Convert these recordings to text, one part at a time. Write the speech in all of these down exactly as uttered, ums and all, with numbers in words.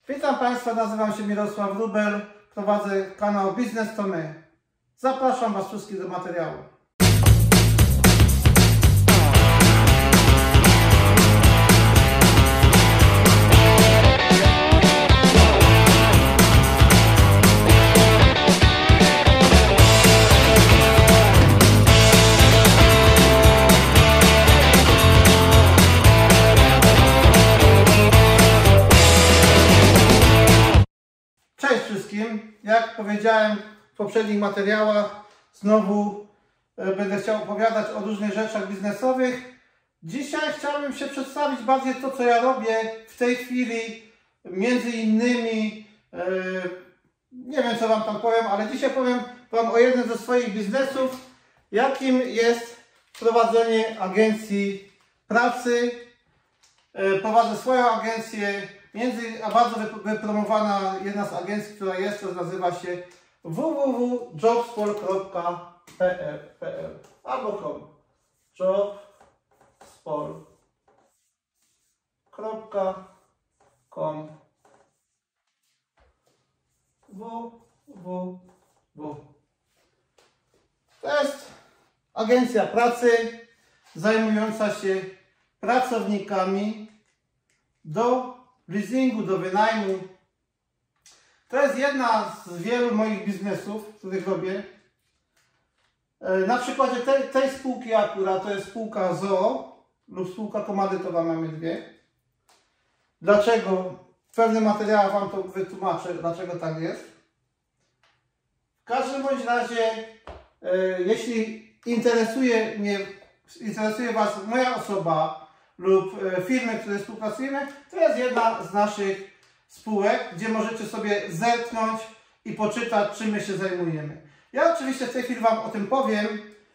Witam Państwa, nazywam się Mirosław Wróbel, prowadzę kanał Biznes to My. Zapraszam Was wszystkich do materiału. Cześć wszystkim! Jak powiedziałem w poprzednich materiałach, znowu będę chciał opowiadać o różnych rzeczach biznesowych. Dzisiaj chciałbym się przedstawić bardziej to, co ja robię w tej chwili, między innymi, nie wiem co Wam tam powiem, ale dzisiaj powiem Wam o jednym ze swoich biznesów, jakim jest prowadzenie agencji pracy. Prowadzę swoją agencję. Między, a bardzo wypromowana jedna z agencji, która jest, to nazywa się w w w kropka jobspol kropka p l albo com. jobspol kropka com www. To jest agencja pracy zajmująca się pracownikami do leasingu, do wynajmu. To jest jedna z wielu moich biznesów, których robię. Na przykładzie tej, tej spółki akurat to jest spółka z o o lub spółka komandytowa, mamy dwie. Dlaczego? W pewnym materiale Wam to wytłumaczę, dlaczego tak jest. W każdym bądź razie, e, jeśli interesuje mnie, interesuje Was moja osoba lub firmy, które współpracujemy, to jest jedna z naszych spółek, gdzie możecie sobie zerknąć i poczytać, czym my się zajmujemy. Ja oczywiście w tej chwili Wam o tym powiem,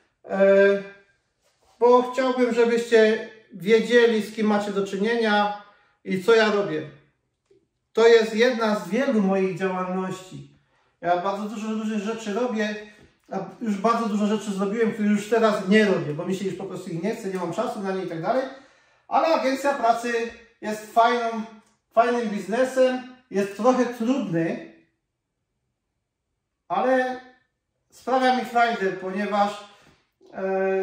bo chciałbym, żebyście wiedzieli, z kim macie do czynienia i co ja robię. To jest jedna z wielu moich działalności. Ja bardzo dużo różnych rzeczy robię, a już bardzo dużo rzeczy zrobiłem, które już teraz nie robię, bo mi się już po prostu ich nie chce, nie mam czasu na nie i tak dalej. Ale agencja pracy jest fajną, fajnym biznesem, jest trochę trudny, ale sprawia mi frajdę, ponieważ e,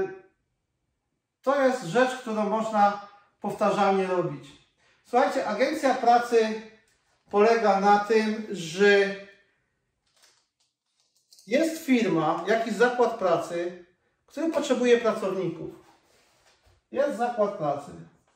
to jest rzecz, którą można powtarzalnie robić. Słuchajcie, agencja pracy polega na tym, że jest firma, jakiś zakład pracy, który potrzebuje pracowników. Jest zakład pracy.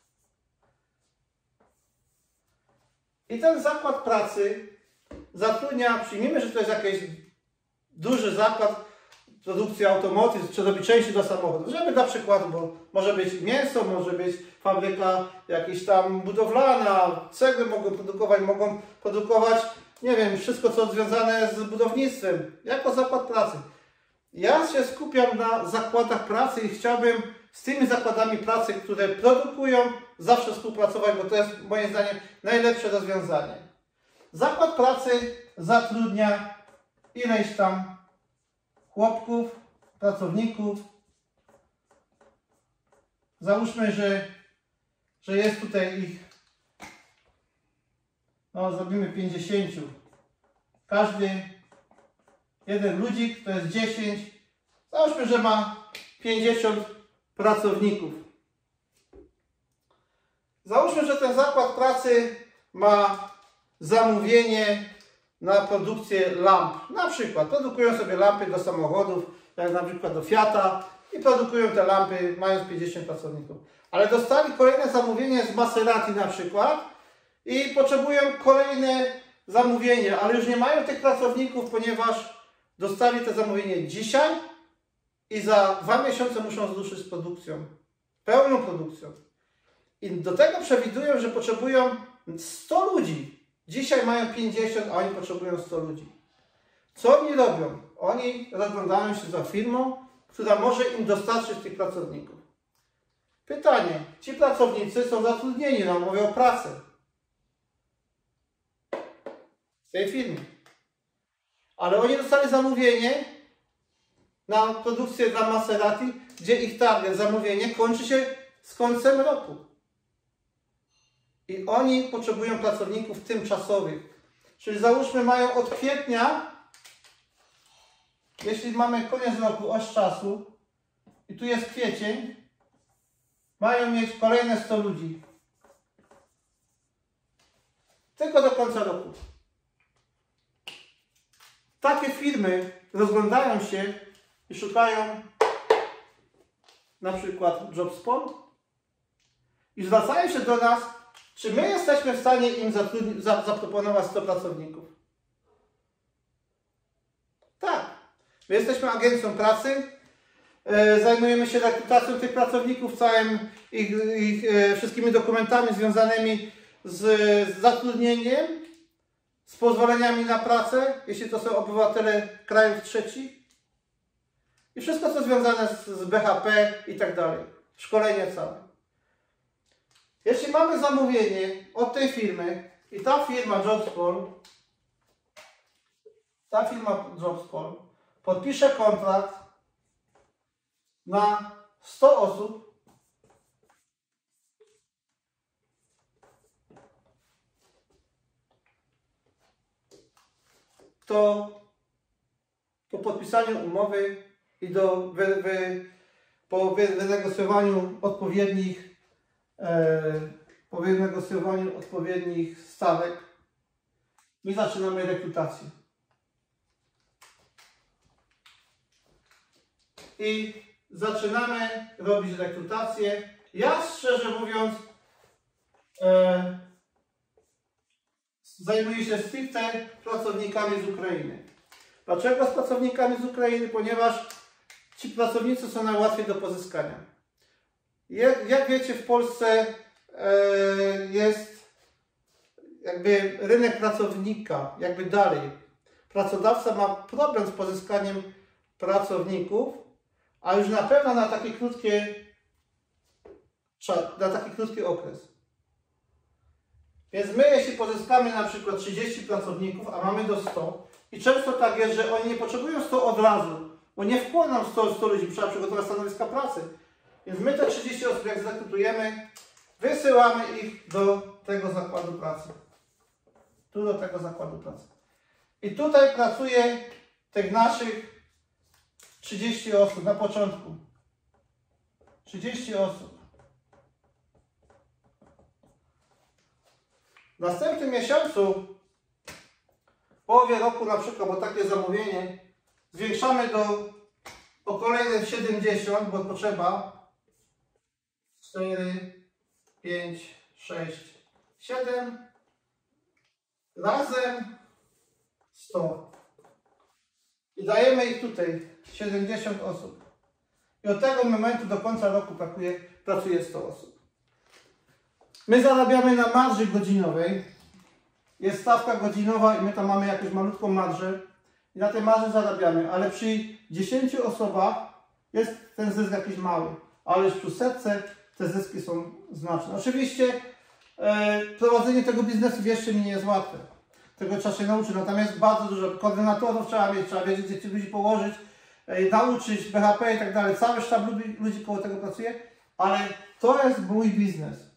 I ten zakład pracy zatrudnia, przyjmijmy, że to jest jakiś duży zakład produkcji automotyw, czy robi części do samochodów, żeby na przykład, bo może być mięso, może być fabryka jakaś tam budowlana, cegły mogą produkować, mogą produkować, nie wiem, wszystko co związane z budownictwem, jako zakład pracy. Ja się skupiam na zakładach pracy i chciałbym z tymi zakładami pracy, które produkują, zawsze współpracować, bo to jest moim zdaniem najlepsze rozwiązanie. Zakład pracy zatrudnia ileś tam chłopków, pracowników. Załóżmy, że, że jest tutaj ich, no zrobimy pięćdziesięciu. Każdy jeden ludzik to jest dziesięć. Załóżmy, że ma pięćdziesiąt pracowników. Załóżmy, że ten zakład pracy ma zamówienie na produkcję lamp. Na przykład produkują sobie lampy do samochodów, jak na przykład do Fiata i produkują te lampy, mając pięćdziesiąt pracowników. Ale dostali kolejne zamówienie z Maserati na przykład i potrzebują kolejne zamówienie, ale już nie mają tych pracowników, ponieważ dostali te zamówienie dzisiaj i za dwa miesiące muszą zruszyć z produkcją, pełną produkcją. I do tego przewidują, że potrzebują sto ludzi. Dzisiaj mają pięćdziesiąt, a oni potrzebują sto ludzi. Co oni robią? Oni rozglądają się za firmą, która może im dostarczyć tych pracowników. Pytanie, ci pracownicy są zatrudnieni na umowie o pracę w tej firmie. Ale oni dostali zamówienie na produkcję dla Maserati, gdzie ich target, zamówienie kończy się z końcem roku. I oni potrzebują pracowników tymczasowych. Czyli załóżmy mają od kwietnia, jeśli mamy koniec roku, oś czasu i tu jest kwiecień, mają mieć kolejne sto ludzi. Tylko do końca roku. Takie firmy rozglądają się i szukają na przykład JobSpot i zwracają się do nas, czy my jesteśmy w stanie im zaproponować sto pracowników. Tak. My jesteśmy agencją pracy, e, zajmujemy się rekrutacją tych pracowników, całym ich, ich e, wszystkimi dokumentami związanymi z, z zatrudnieniem, z pozwoleniami na pracę, jeśli to są obywatele krajów trzecich i wszystko co związane z, z B H P i tak dalej. Szkolenie całe. Jeśli mamy zamówienie od tej firmy i ta firma JobSpot, ta firma JobSpot podpisze kontrakt na sto osób, to po podpisaniu umowy i do wy, wy, po wynegocjowaniu odpowiednich e, po wynegocjowaniu odpowiednich stawek my zaczynamy rekrutację. I zaczynamy robić rekrutację. Ja szczerze mówiąc e, zajmuję się stricte pracownikami z Ukrainy. Dlaczego z pracownikami z Ukrainy? Ponieważ ci pracownicy są najłatwiej do pozyskania. Jak, jak wiecie, w Polsce e, jest jakby rynek pracownika, jakby dalej. Pracodawca ma problem z pozyskaniem pracowników, a już na pewno na takie krótkie, na taki krótki okres. Więc my, jeśli pozyskamy na przykład trzydzieści pracowników, a mamy do stu, i często tak jest, że oni nie potrzebują stu od razu, bo nie wkładam stu, stu ludzi, trzeba przygotować stanowiska pracy. Więc my te trzydzieści osób, jak zrekrutujemy, wysyłamy ich do tego zakładu pracy. Tu do tego zakładu pracy. I tutaj pracuje tych naszych trzydzieści osób na początku. trzydzieści osób. W następnym miesiącu, w połowie roku na przykład, bo takie zamówienie, zwiększamy do o kolejne siedemdziesiąt, bo potrzeba cztery, pięć, sześć, siedem, razem sto. I dajemy ich tutaj siedemdziesiąt osób. I od tego momentu do końca roku pracuje, pracuje sto osób. My zarabiamy na marży godzinowej. Jest stawka godzinowa i my tam mamy jakąś malutką marżę. I na tej marży zarabiamy. Ale przy dziesięciu osobach jest ten zysk jakiś mały. Ale już przy setce te zyski są znaczne. Oczywiście e, prowadzenie tego biznesu jeszcze mi nie jest łatwe. Tego trzeba się nauczyć. Natomiast bardzo dużo koordynatorów trzeba mieć, trzeba wiedzieć, gdzie ci ludzi położyć, e, nauczyć B H P i tak dalej. Cały sztab ludzi, ludzi koło tego pracuje. Ale to jest mój biznes.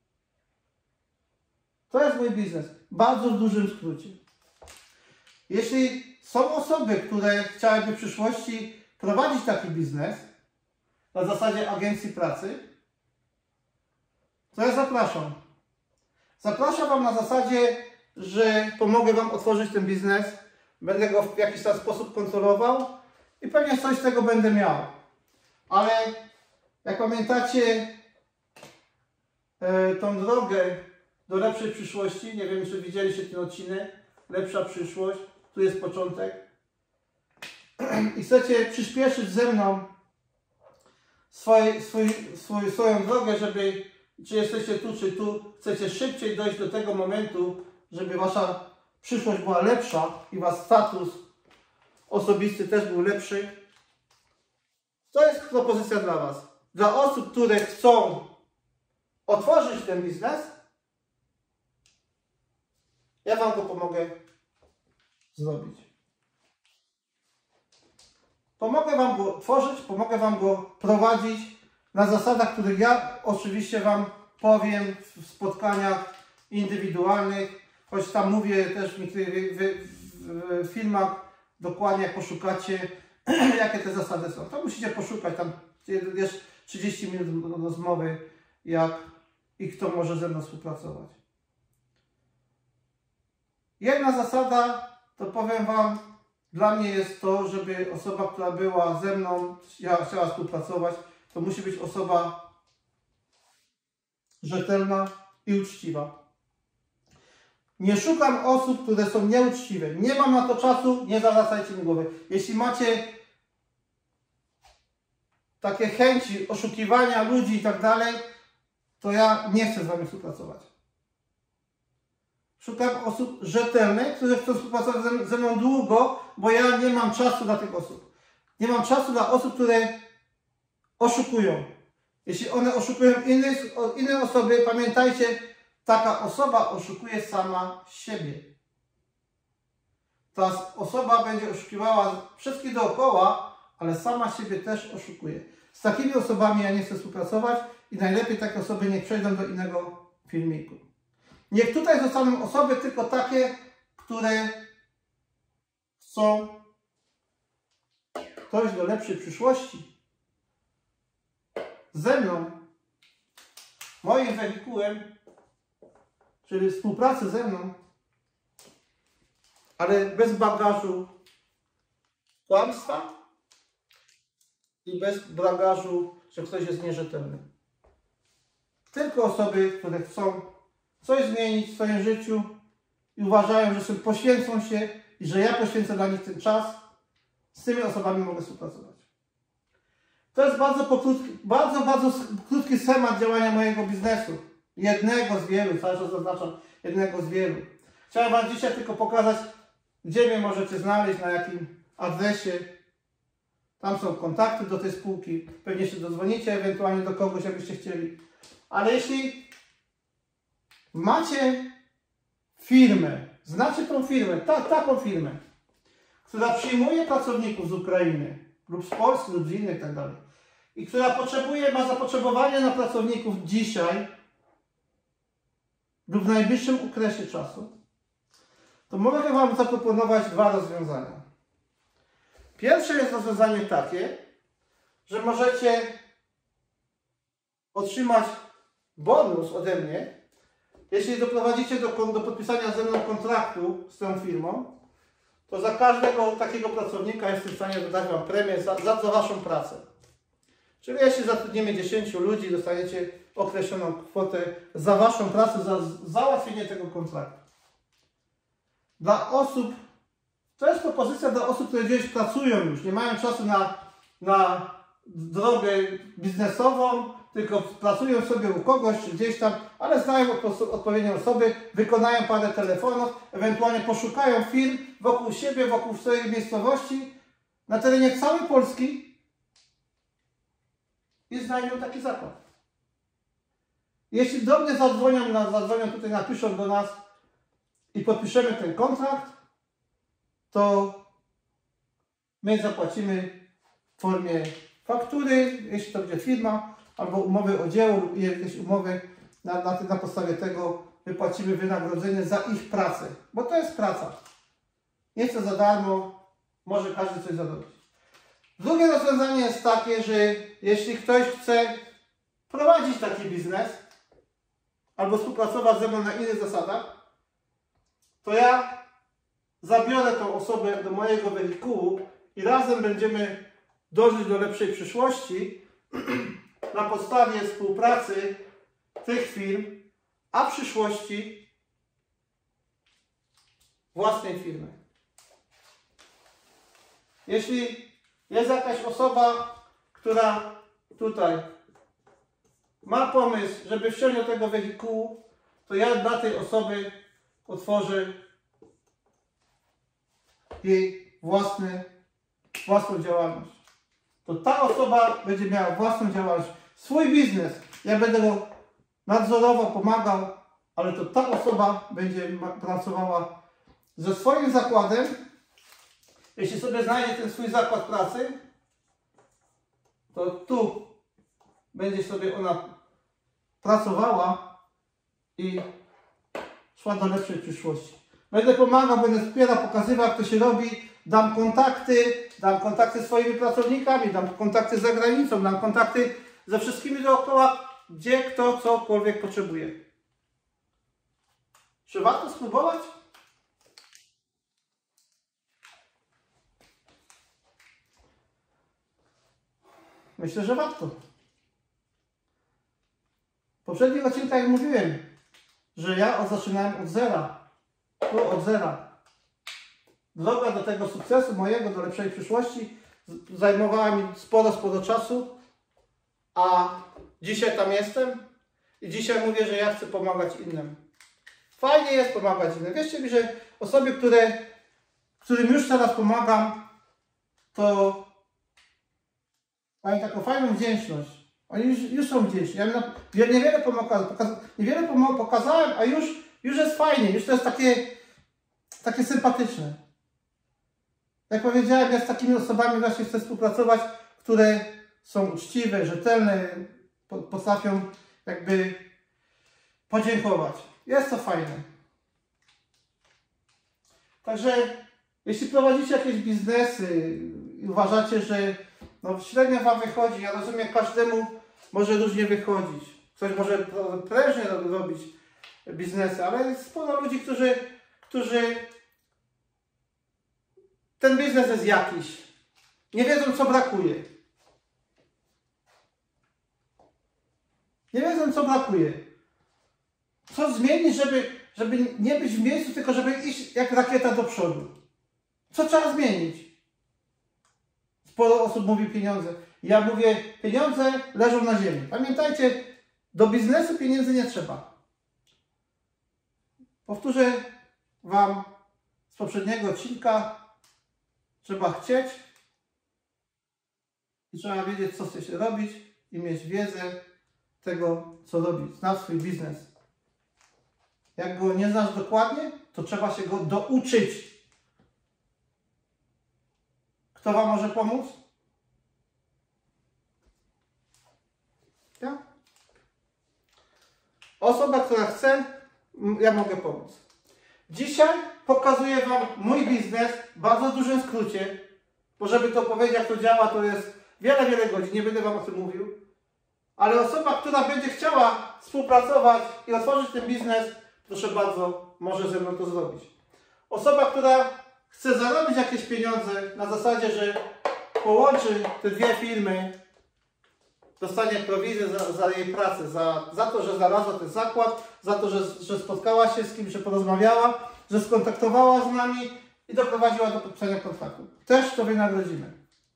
To jest mój biznes. Bardzo w dużym skrócie. Jeśli są osoby, które chciałyby w przyszłości prowadzić taki biznes na zasadzie agencji pracy, to ja zapraszam. Zapraszam Wam na zasadzie, że pomogę Wam otworzyć ten biznes, będę go w jakiś tam sposób kontrolował i pewnie coś z tego będę miał. Ale jak pamiętacie e, tą drogę do lepszej przyszłości, nie wiem, czy widzieliście ten odcinek, lepsza przyszłość, tu jest początek i chcecie przyspieszyć ze mną swój, swój, swój, swoją drogę, żeby, czy jesteście tu, czy tu, chcecie szybciej dojść do tego momentu, żeby Wasza przyszłość była lepsza i Wasz status osobisty też był lepszy, to jest propozycja dla Was. Dla osób, które chcą otworzyć ten biznes, ja Wam go pomogę zrobić. Pomogę Wam go tworzyć, pomogę Wam go prowadzić na zasadach, których ja oczywiście Wam powiem w spotkaniach indywidualnych, choć tam mówię też w niektórych w filmach dokładnie, jak poszukacie, jakie te zasady są. To musicie poszukać, tam jest trzydzieści minut rozmowy, jak i kto może ze mną współpracować. Jedna zasada, to powiem Wam, dla mnie jest to, żeby osoba, która była ze mną, chciała współpracować, to musi być osoba rzetelna i uczciwa. Nie szukam osób, które są nieuczciwe. Nie mam na to czasu, nie zawracajcie mi głowy. Jeśli macie takie chęci oszukiwania ludzi i tak dalej, to ja nie chcę z Wami współpracować. Szukam osób rzetelnych, które chcą współpracować ze, ze mną długo, bo ja nie mam czasu dla tych osób. Nie mam czasu dla osób, które oszukują. Jeśli one oszukują innych, inne osoby, pamiętajcie, taka osoba oszukuje sama siebie. Ta osoba będzie oszukiwała wszystkich dookoła, ale sama siebie też oszukuje. Z takimi osobami ja nie chcę współpracować i najlepiej takie osoby niech przejdą do innego filmiku. Niech tutaj zostaną osoby tylko takie, które chcą dojść do lepszej przyszłości. Ze mną, moim wehikułem, czyli współpracy ze mną, ale bez bagażu kłamstwa i bez bagażu, że ktoś jest nierzetelny. Tylko osoby, które chcą coś zmienić w swoim życiu i uważają, że sobie poświęcą się i że ja poświęcę dla nich ten czas, z tymi osobami mogę współpracować. To jest bardzo, pokrótki, bardzo, bardzo krótki schemat działania mojego biznesu. Jednego z wielu, cały czas zaznaczam, jednego z wielu. Chciałem Wam dzisiaj tylko pokazać, gdzie mnie możecie znaleźć, na jakim adresie. Tam są kontakty do tej spółki. Pewnie się dodzwonicie ewentualnie do kogoś, jakbyście chcieli. Ale jeśli macie firmę, znacie tą firmę, ta, taką firmę, która przyjmuje pracowników z Ukrainy lub z Polski lub z innych tak dalej i która potrzebuje, ma zapotrzebowanie na pracowników dzisiaj lub w najbliższym okresie czasu, to mogę Wam zaproponować dwa rozwiązania. Pierwsze jest rozwiązanie takie, że możecie otrzymać bonus ode mnie, jeśli doprowadzicie do, do podpisania ze mną kontraktu z tą firmą, to za każdego takiego pracownika jestem w stanie dodać Wam premię za, za, za Waszą pracę. Czyli jeśli zatrudnimy dziesięciu ludzi, dostaniecie określoną kwotę za Waszą pracę, za załatwienie tego kontraktu. Dla osób, to jest propozycja dla osób, które gdzieś pracują już, nie mają czasu na, na drogę biznesową, tylko pracują sobie u kogoś czy gdzieś tam, ale znają odpowiednie osoby, wykonają parę telefonów, ewentualnie poszukają firm wokół siebie, wokół swojej miejscowości, na terenie całej Polski i znajdą taki zakład. Jeśli do mnie zadzwonią, zadzwonią tutaj, napiszą do nas i podpiszemy ten kontrakt, to my zapłacimy w formie faktury, jeśli to będzie firma, albo umowy o dzieło lub jakieś umowy, na, na, na podstawie tego wypłacimy wynagrodzenie za ich pracę, bo to jest praca. Nie chcę za darmo, może każdy coś zarobić. Drugie rozwiązanie jest takie, że jeśli ktoś chce prowadzić taki biznes, albo współpracować ze mną na innych zasadach, to ja zabiorę tą osobę do mojego wehikułu i razem będziemy dążyć do lepszej przyszłości na podstawie współpracy tych firm, a w przyszłości własnej firmy. Jeśli jest jakaś osoba, która tutaj ma pomysł, żeby wsiąść do tego wehikułu, to ja dla tej osoby otworzę jej własny, własną działalność. To ta osoba będzie miała własną działalność, swój biznes. Ja będę go nadzorował, pomagał, ale to ta osoba będzie pracowała ze swoim zakładem. Jeśli sobie znajdzie ten swój zakład pracy, to tu będzie sobie ona pracowała i szła do lepszej przyszłości. Będę pomagał, będę wspierał, pokazywał, jak to się robi. Dam kontakty, dam kontakty z swoimi pracownikami, dam kontakty za granicą, dam kontakty ze wszystkimi dookoła, gdzie kto cokolwiek potrzebuje. Czy warto spróbować? Myślę, że warto. W poprzednich odcinkach, jak mówiłem, że ja zaczynałem od zera. Tu od zera. Droga do tego sukcesu mojego, do lepszej przyszłości zajmowała mi sporo, sporo czasu, a dzisiaj tam jestem i dzisiaj mówię, że ja chcę pomagać innym. Fajnie jest pomagać innym. Wierzcie mi, że osoby, które, którym już teraz pomagam, to mają taką fajną wdzięczność. Oni już, już są wdzięczni. Ja na, niewiele, pomagałem, pokaz, niewiele pom pokazałem, a już, już jest fajnie, już to jest takie, takie sympatyczne. Jak powiedziałem, ja z takimi osobami właśnie chcę współpracować, które są uczciwe, rzetelne, potrafią jakby podziękować. Jest to fajne. Także jeśli prowadzicie jakieś biznesy i uważacie, że no średnio Wam wychodzi, ja rozumiem, każdemu może różnie wychodzić. Ktoś może prężnie robić biznesy, ale jest sporo ludzi, którzy, którzy ten biznes jest jakiś. Nie wiedzą, co brakuje. Nie wiedzą, co brakuje. Co zmienić, żeby, żeby nie być w miejscu, tylko żeby iść jak rakieta do przodu. Co trzeba zmienić? Sporo osób mówi pieniądze. Ja mówię, pieniądze leżą na ziemi. Pamiętajcie, do biznesu pieniędzy nie trzeba. Powtórzę Wam z poprzedniego odcinka. Trzeba chcieć i trzeba wiedzieć, co chce się robić i mieć wiedzę tego, co robić. Znać swój biznes. Jak go nie znasz dokładnie, to trzeba się go douczyć. Kto Wam może pomóc? Ja? Osoba, która chce, ja mogę pomóc. Dzisiaj pokazuję Wam mój biznes w bardzo dużym skrócie, bo żeby to powiedzieć, jak to działa, to jest wiele, wiele godzin, nie będę Wam o tym mówił. Ale osoba, która będzie chciała współpracować i otworzyć ten biznes, proszę bardzo, może ze mną to zrobić. Osoba, która chce zarobić jakieś pieniądze na zasadzie, że połączy te dwie firmy, dostanie prowizję za, za jej pracę, za, za to, że znalazła ten zakład, za to, że, że spotkała się z kimś, że porozmawiała, że skontaktowała z nami i doprowadziła do podpisania kontraktu. Też to wynagrodzimy.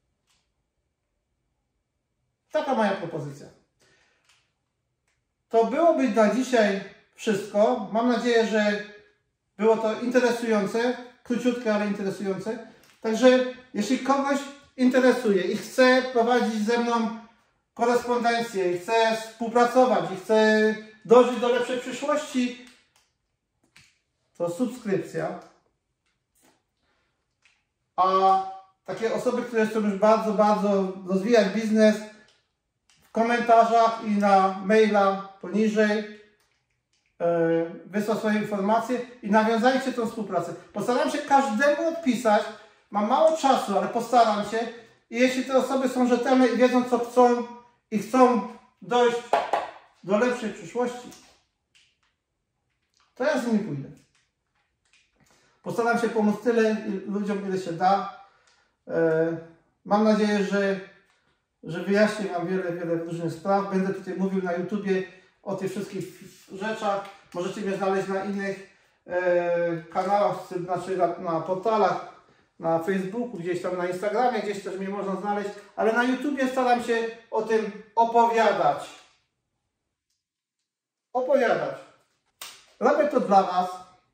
Taka moja propozycja. To byłoby na dzisiaj wszystko. Mam nadzieję, że było to interesujące, króciutkie, ale interesujące. Także jeśli kogoś interesuje i chce prowadzić ze mną korespondencję, i chce współpracować, i chce dążyć do lepszej przyszłości, to subskrypcja. A takie osoby, które chcą już bardzo, bardzo rozwijać biznes, w komentarzach i na maila poniżej yy, wysłać swoje informacje i nawiązajcie tą współpracę. Postaram się każdemu odpisać. Mam mało czasu, ale postaram się. I jeśli te osoby są rzetelne i wiedzą, co chcą i chcą dojść do lepszej przyszłości, to ja z nimi pójdę. Postaram się pomóc tyle ludziom, ile się da. Yy, mam nadzieję, że że wyjaśnię Wam wiele, wiele różnych spraw. Będę tutaj mówił na YouTubie o tych wszystkich rzeczach. Możecie mnie znaleźć na innych e, kanałach, znaczy na, na portalach, na Facebooku, gdzieś tam na Instagramie, gdzieś też mnie można znaleźć, ale na YouTubie staram się o tym opowiadać. Opowiadać. Robię to dla Was.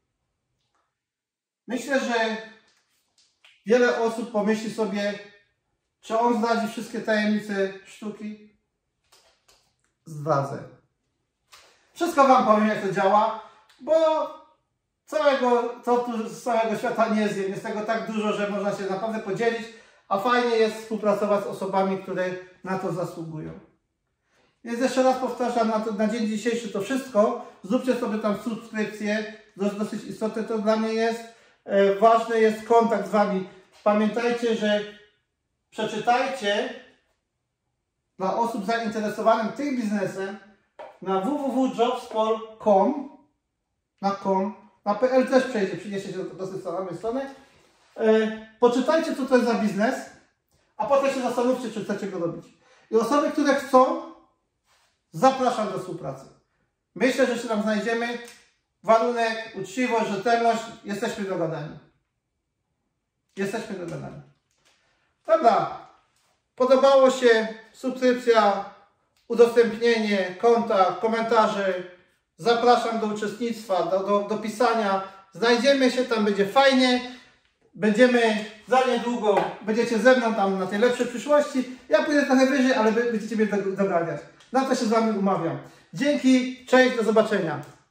Myślę, że wiele osób pomyśli sobie, czy on zdradzi wszystkie tajemnice sztuki? Zdradzę. Wszystko Wam powiem, jak to działa, bo całego, co tu z całego świata nie zjem. Jest tego tak dużo, że można się naprawdę podzielić, a fajnie jest współpracować z osobami, które na to zasługują. Więc jeszcze raz powtarzam, na, to, na dzień dzisiejszy to wszystko. Zróbcie sobie tam subskrypcję, dosyć istotne to dla mnie jest. E, ważny jest kontakt z Wami. Pamiętajcie, że przeczytajcie dla osób zainteresowanych tym biznesem na w w w kropka jobspol kropka com, na com, na P L też przejdzie, przyniesie się do, do tej samej strony. E, poczytajcie, co to jest za biznes, a potem się zastanówcie, czy chcecie go robić. I osoby, które chcą, zapraszam do współpracy. Myślę, że się tam znajdziemy. Warunek, uczciwość, rzetelność, jesteśmy dogadani. Jesteśmy dogadani. Dobra. Podobało się, subskrypcja, udostępnienie, kontakt, komentarze. Zapraszam do uczestnictwa, do, do, do pisania. Znajdziemy się, tam będzie fajnie. Będziemy za niedługo, będziecie ze mną tam na tej lepszej przyszłości. Ja pójdę trochę wyżej, ale wy będziecie mnie doganiać. Na to się z Wami umawiam. Dzięki, cześć, do zobaczenia.